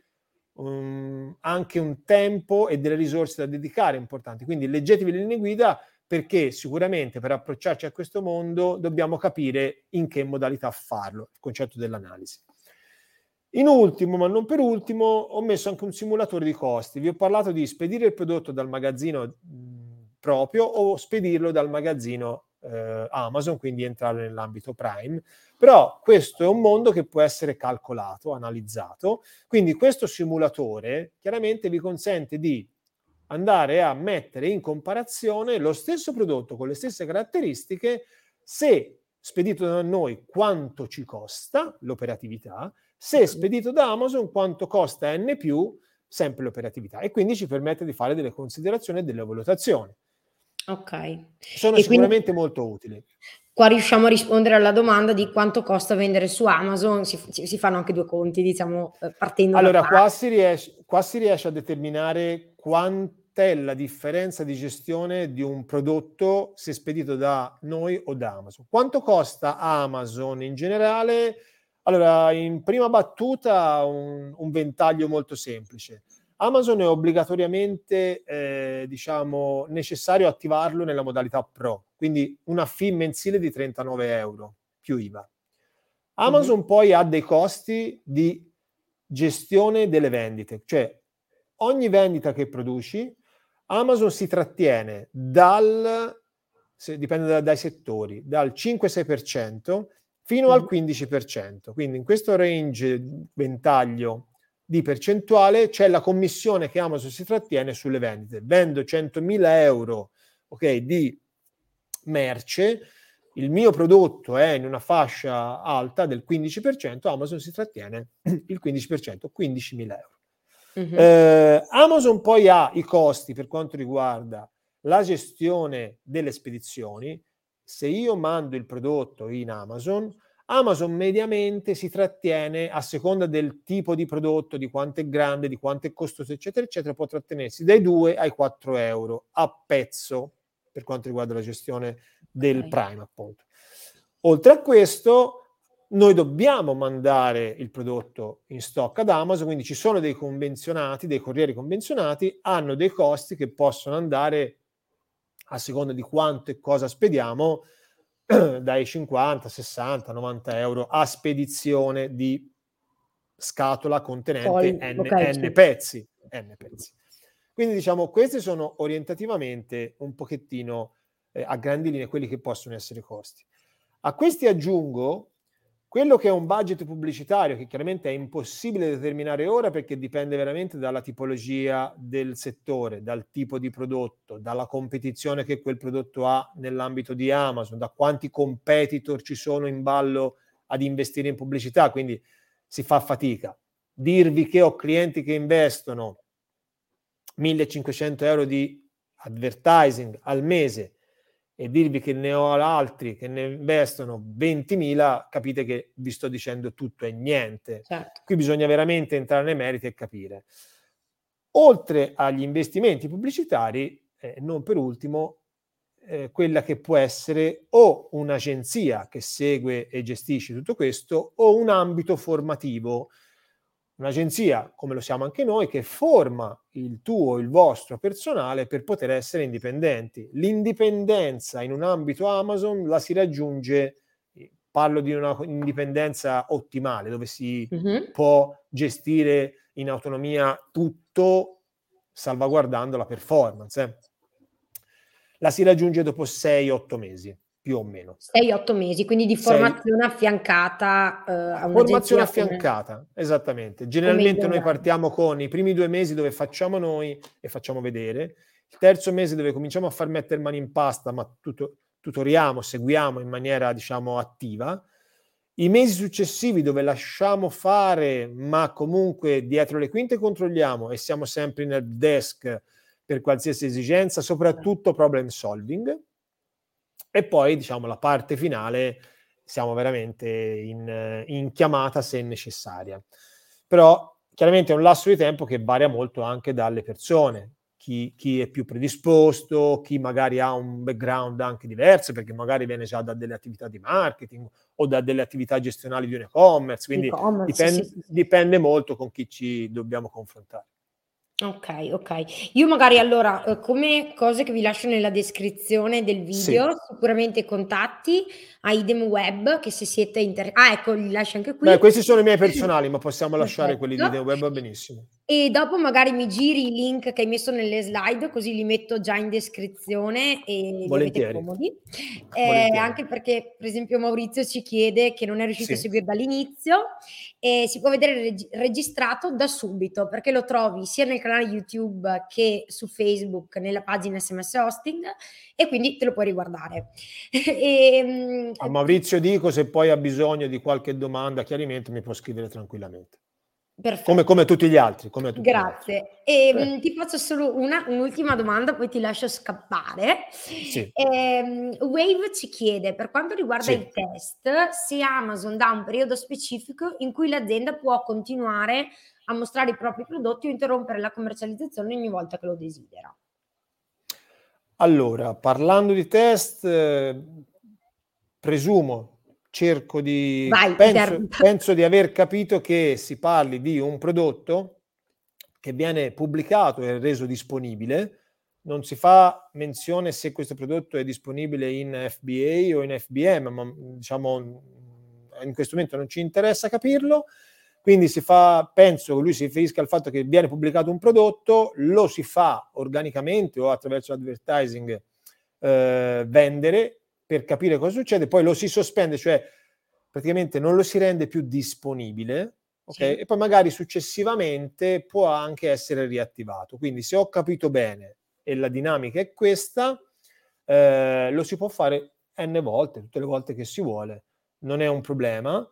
anche un tempo e delle risorse da dedicare importanti. Quindi leggetevi le linee guida, perché sicuramente per approcciarci a questo mondo dobbiamo capire in che modalità farlo, il concetto dell'analisi. In ultimo, ma non per ultimo, ho messo anche un simulatore di costi. Vi ho parlato di spedire il prodotto dal magazzino proprio o spedirlo dal magazzino Amazon, quindi entrare nell'ambito Prime. Però questo è un mondo che può essere calcolato, analizzato. Quindi questo simulatore chiaramente vi consente di andare a mettere in comparazione lo stesso prodotto con le stesse caratteristiche, se spedito da noi quanto ci costa l'operatività, se spedito da Amazon quanto costa N+, sempre l'operatività, e quindi ci permette di fare delle considerazioni e delle valutazioni. Ok. Sono E sicuramente quindi molto utili. qua riusciamo a rispondere alla domanda di quanto costa vendere su Amazon, si fanno anche due conti, diciamo, partendo da Allora, qua si riesce a determinare quant'è la differenza di gestione di un prodotto se spedito da noi o da Amazon. Quanto costa Amazon in generale? Allora, in prima battuta un ventaglio molto semplice. Amazon è obbligatoriamente, diciamo, necessario attivarlo nella modalità Pro, quindi una fee mensile di 39 euro più IVA. Amazon poi ha dei costi di gestione delle vendite, cioè ogni vendita che produci, Amazon si trattiene dipende dai settori, dal 5-6% fino al 15%. Quindi in questo range, ventaglio di percentuale, c'è la commissione che Amazon si trattiene sulle vendite. Vendo 100.000 euro, ok, di merce, il mio prodotto è in una fascia alta del 15%, Amazon si trattiene il 15%, 15.000 euro. Amazon poi ha i costi per quanto riguarda la gestione delle spedizioni. Se io mando il prodotto in Amazon, Amazon mediamente si trattiene, a seconda del tipo di prodotto, di quanto è grande, di quanto è costoso, eccetera, eccetera, può trattenersi dai 2 ai 4 euro a pezzo per quanto riguarda la gestione del Prime, appunto. Oltre a questo, noi dobbiamo mandare il prodotto in stock ad Amazon, quindi ci sono dei convenzionati, dei corrieri convenzionati, hanno dei costi che possono andare, a seconda di quanto e cosa spediamo, dai 50, 60, 90 euro a spedizione di scatola contenente N pezzi. Quindi diciamo, questi sono orientativamente un pochettino a grandi linee quelli che possono essere i costi. A questi aggiungo quello che è un budget pubblicitario, che chiaramente è impossibile determinare ora perché dipende veramente dalla tipologia del settore, dal tipo di prodotto, dalla competizione che quel prodotto ha nell'ambito di Amazon, da quanti competitor ci sono in ballo ad investire in pubblicità, quindi si fa fatica. Dirvi che ho clienti che investono 1.500 euro di advertising al mese e dirvi che ne ho altri che ne investono 20.000, capite che vi sto dicendo tutto e niente. Certo. Qui bisogna veramente entrare nei meriti e capire. Oltre agli investimenti pubblicitari, non per ultimo, quella che può essere o un'agenzia che segue e gestisce tutto questo o un ambito formativo. Un'agenzia, come lo siamo anche noi, che forma il tuo, il vostro personale per poter essere indipendenti. L'indipendenza in un ambito Amazon la si raggiunge, parlo di una indipendenza ottimale, dove si può gestire in autonomia tutto, salvaguardando la performance. La si raggiunge dopo 6-8 mesi, più o meno. 6-8 mesi, quindi di 6 formazione affiancata, a Formazione un'agenzia affiancata, esattamente. come Generalmente noi Ideographic. partiamo con i primi 2 mesi dove facciamo noi e facciamo vedere, il terzo mese dove cominciamo a far mettere mani in pasta, ma tutoriamo, seguiamo in maniera, diciamo, attiva. I mesi successivi dove lasciamo fare, ma comunque dietro le quinte controlliamo e siamo sempre in help desk per qualsiasi esigenza, soprattutto problem solving. E poi, diciamo, la parte finale siamo veramente in chiamata se necessaria. Però chiaramente è un lasso di tempo che varia molto anche dalle persone. Chi è più predisposto, chi magari ha un background anche diverso, perché magari viene già da delle attività di marketing o da delle attività gestionali di un e-commerce, quindi E-commerce, sì, sì. dipende molto con chi ci dobbiamo confrontare. Okay, okay. Io magari allora, come cose che vi lascio nella descrizione del Sì. video, sicuramente i contatti a Idem Web, che se siete ecco, li lascio anche Beh, qui. questi sono i miei personali, ma possiamo lasciare quelli di Perfetto. Idem Web, va benissimo. E dopo magari mi giri i link che hai messo nelle slide, così li metto già in descrizione e li avete Volentieri, comodi. volentieri. Anche perché, per esempio, Maurizio ci chiede, che non è riuscito a Sì. seguire dall'inizio, e si può vedere registrato da subito, perché lo trovi sia nel canale YouTube che su Facebook, nella pagina SMS Hosting, e quindi te lo puoi riguardare. A Maurizio dico, se poi ha bisogno di qualche domanda, chiarimento, mi può scrivere tranquillamente. Perfetto. Come tutti gli altri, come tutti gli altri. Grazie. Ti Prego. faccio solo un'ultima domanda, poi ti lascio scappare. Sì, Wave ci chiede, per quanto riguarda sì. i test, se Amazon dà un periodo specifico in cui l'azienda può continuare a mostrare i propri prodotti o interrompere la commercializzazione ogni volta che lo desidera. Allora, parlando di test, presumo, cerco di Vai, interpreta. penso di aver capito che si parli di un prodotto che viene pubblicato e reso disponibile. Non si fa menzione se questo prodotto è disponibile in FBA o in FBM, ma diciamo in questo momento non ci interessa capirlo. Quindi penso che lui si riferisca al fatto che viene pubblicato un prodotto, lo si fa organicamente o attraverso l'advertising vendere per capire cosa succede, poi lo si sospende, cioè praticamente non lo si rende più disponibile, okay? Sì. E poi magari successivamente può anche essere riattivato. Quindi se ho capito bene e la dinamica è questa, lo si può fare n volte, tutte le volte che si vuole, non è un problema.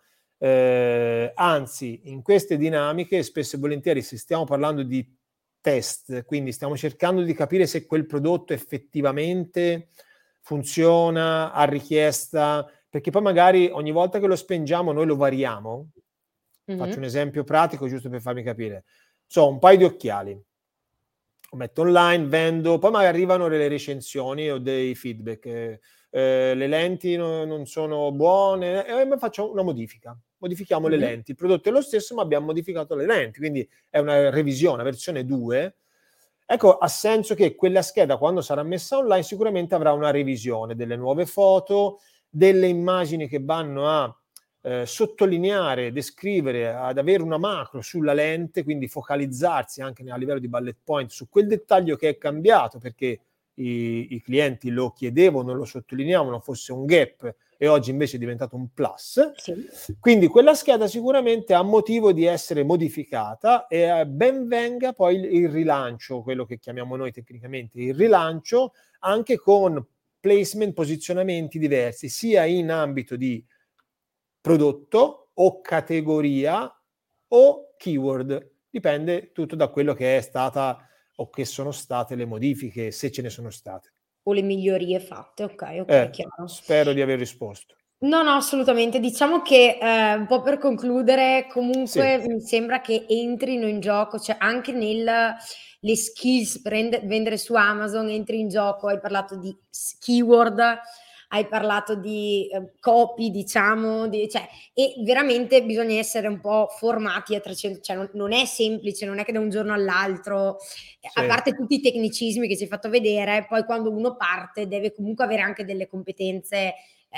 Anzi, in queste dinamiche spesso e volentieri, se stiamo parlando di test, quindi stiamo cercando di capire se quel prodotto effettivamente funziona a richiesta, perché poi magari ogni volta che lo spengiamo noi lo variamo. Faccio un esempio pratico giusto per farmi capire. Un paio di occhiali, lo metto online, vendo, poi magari arrivano delle recensioni o dei feedback, le lenti non sono buone, e faccio una modifica. Modifichiamo le lenti. Il prodotto è lo stesso, ma abbiamo modificato le lenti, quindi è una revisione, una versione 2. Ecco, ha senso che quella scheda, quando sarà messa online, sicuramente avrà una revisione delle nuove foto, delle immagini che vanno a sottolineare, descrivere, ad avere una macro sulla lente, quindi focalizzarsi anche a livello di bullet point su quel dettaglio che è cambiato, perché i clienti lo chiedevano, lo sottolineavano, fosse un gap, e oggi invece è diventato un plus. Sì. Quindi quella scheda sicuramente ha motivo di essere modificata, e ben venga poi il rilancio, quello che chiamiamo noi tecnicamente il rilancio, anche con placement, posizionamenti diversi, sia in ambito di prodotto o categoria o keyword. Dipende tutto da quello che è stata o che sono state le modifiche, se ce ne sono state. o le migliorie fatte. Okay, chiaro. Spero di aver risposto. No, no, assolutamente. Diciamo che, un po' per concludere, Sì, comunque mi sembra che entrino in gioco, cioè anche le skills per vendere su Amazon entri in gioco. Hai parlato di keyword, hai parlato di, copy diciamo, cioè e veramente bisogna essere un po' formati a 300, cioè non è semplice, non è che da un giorno all'altro, a sì. parte tutti i tecnicismi che ci hai fatto vedere, poi quando uno parte deve comunque avere anche delle competenze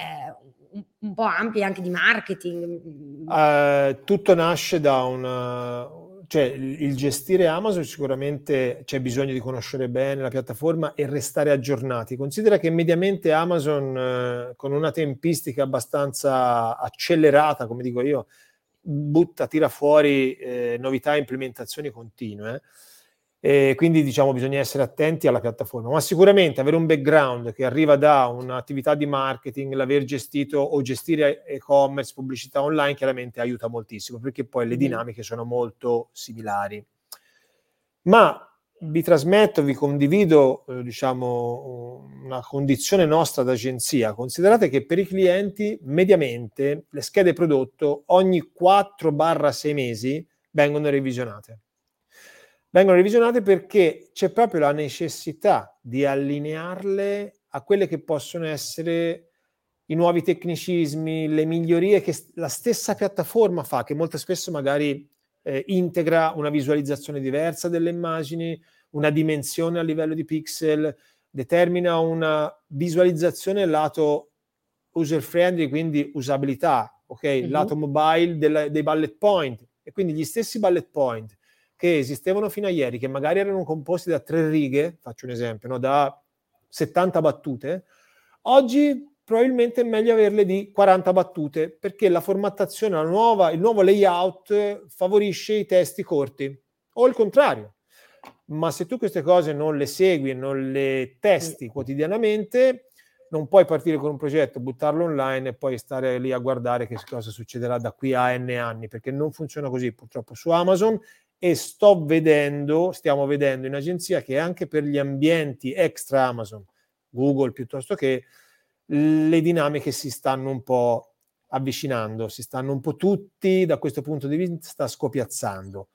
un po' ampie anche di marketing. Tutto nasce da cioè il gestire Amazon sicuramente c'è bisogno di conoscere bene la piattaforma e restare aggiornati. Considera che mediamente Amazon, con una tempistica abbastanza accelerata, come dico io, tira fuori novità e implementazioni continue. Quindi diciamo bisogna essere attenti alla piattaforma, ma sicuramente avere un background che arriva da un'attività di marketing, l'aver gestito o gestire e-commerce, pubblicità online, chiaramente aiuta moltissimo, perché poi le dinamiche sono molto similari. Ma vi trasmetto, vi condivido diciamo una condizione nostra d'agenzia. Considerate che per i clienti mediamente le schede prodotto ogni 4-6 mesi vengono revisionate. Vengono revisionate perché c'è proprio la necessità di allinearle a quelle che possono essere i nuovi tecnicismi, le migliorie che la stessa piattaforma fa, che molto spesso magari integra una visualizzazione diversa delle immagini, una dimensione a livello di pixel, determina una visualizzazione lato user friendly, quindi usabilità, ok? Lato mobile dei bullet point, e quindi gli stessi bullet point che esistevano fino a ieri, che magari erano composti da 3 righe, faccio un esempio, no? Da 70 battute, oggi probabilmente è meglio averle di 40 battute, perché la formattazione, il nuovo layout favorisce i testi corti, o il contrario. Ma se tu queste cose non le segui e non le testi quotidianamente, non puoi partire con un progetto, buttarlo online e poi stare lì a guardare che cosa succederà da qui a N anni, perché non funziona così purtroppo su Amazon. E stiamo vedendo in agenzia che anche per gli ambienti extra Amazon, Google piuttosto che, le dinamiche si stanno un po' avvicinando, si stanno un po' tutti da questo punto di vista scopiazzando.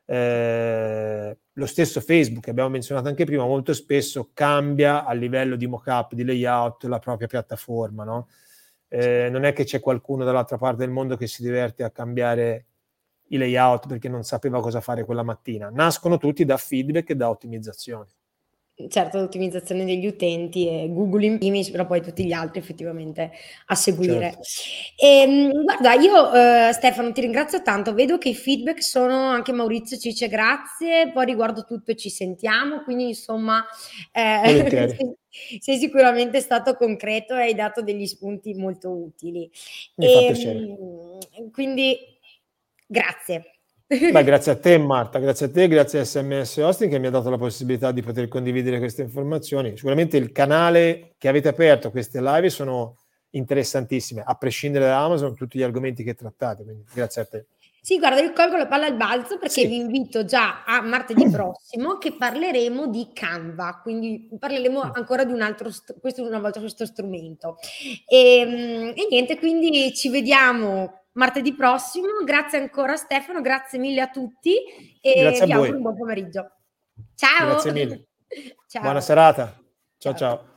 Lo stesso Facebook, che abbiamo menzionato anche prima, molto spesso cambia a livello di mock-up, di layout, la propria piattaforma, no? Non è che c'è qualcuno dall'altra parte del mondo che si diverte a cambiare i layout perché non sapeva cosa fare quella mattina. Nascono tutti da feedback e da ottimizzazioni. Certo, l'ottimizzazione degli utenti e Google in primis, però poi tutti gli altri effettivamente a seguire. Certo. Guarda, io Stefano ti ringrazio tanto, vedo che i feedback sono anche Maurizio ci dice grazie, poi riguardo tutto ci sentiamo, quindi insomma Volentieri. sei sicuramente stato concreto e hai dato degli spunti molto utili. Mi fa piacere. Quindi grazie. Beh, grazie a te Marta, grazie a te, grazie a SMS Hosting che mi ha dato la possibilità di poter condividere queste informazioni. Sicuramente il canale che avete aperto, queste live, sono interessantissime, a prescindere da Amazon, tutti gli argomenti che trattate, quindi grazie a te. Sì, guarda, io colgo la palla al balzo perché vi Sì. invito già a martedì prossimo che parleremo di Canva, quindi parleremo ancora di un altro, questo una volta questo strumento. E niente, quindi ci vediamo martedì prossimo. Grazie ancora Stefano, grazie mille a tutti e Grazie a vi auguro voi. un buon pomeriggio. Ciao! Grazie mille. Buona Ciao. serata. Ciao Ciao. ciao.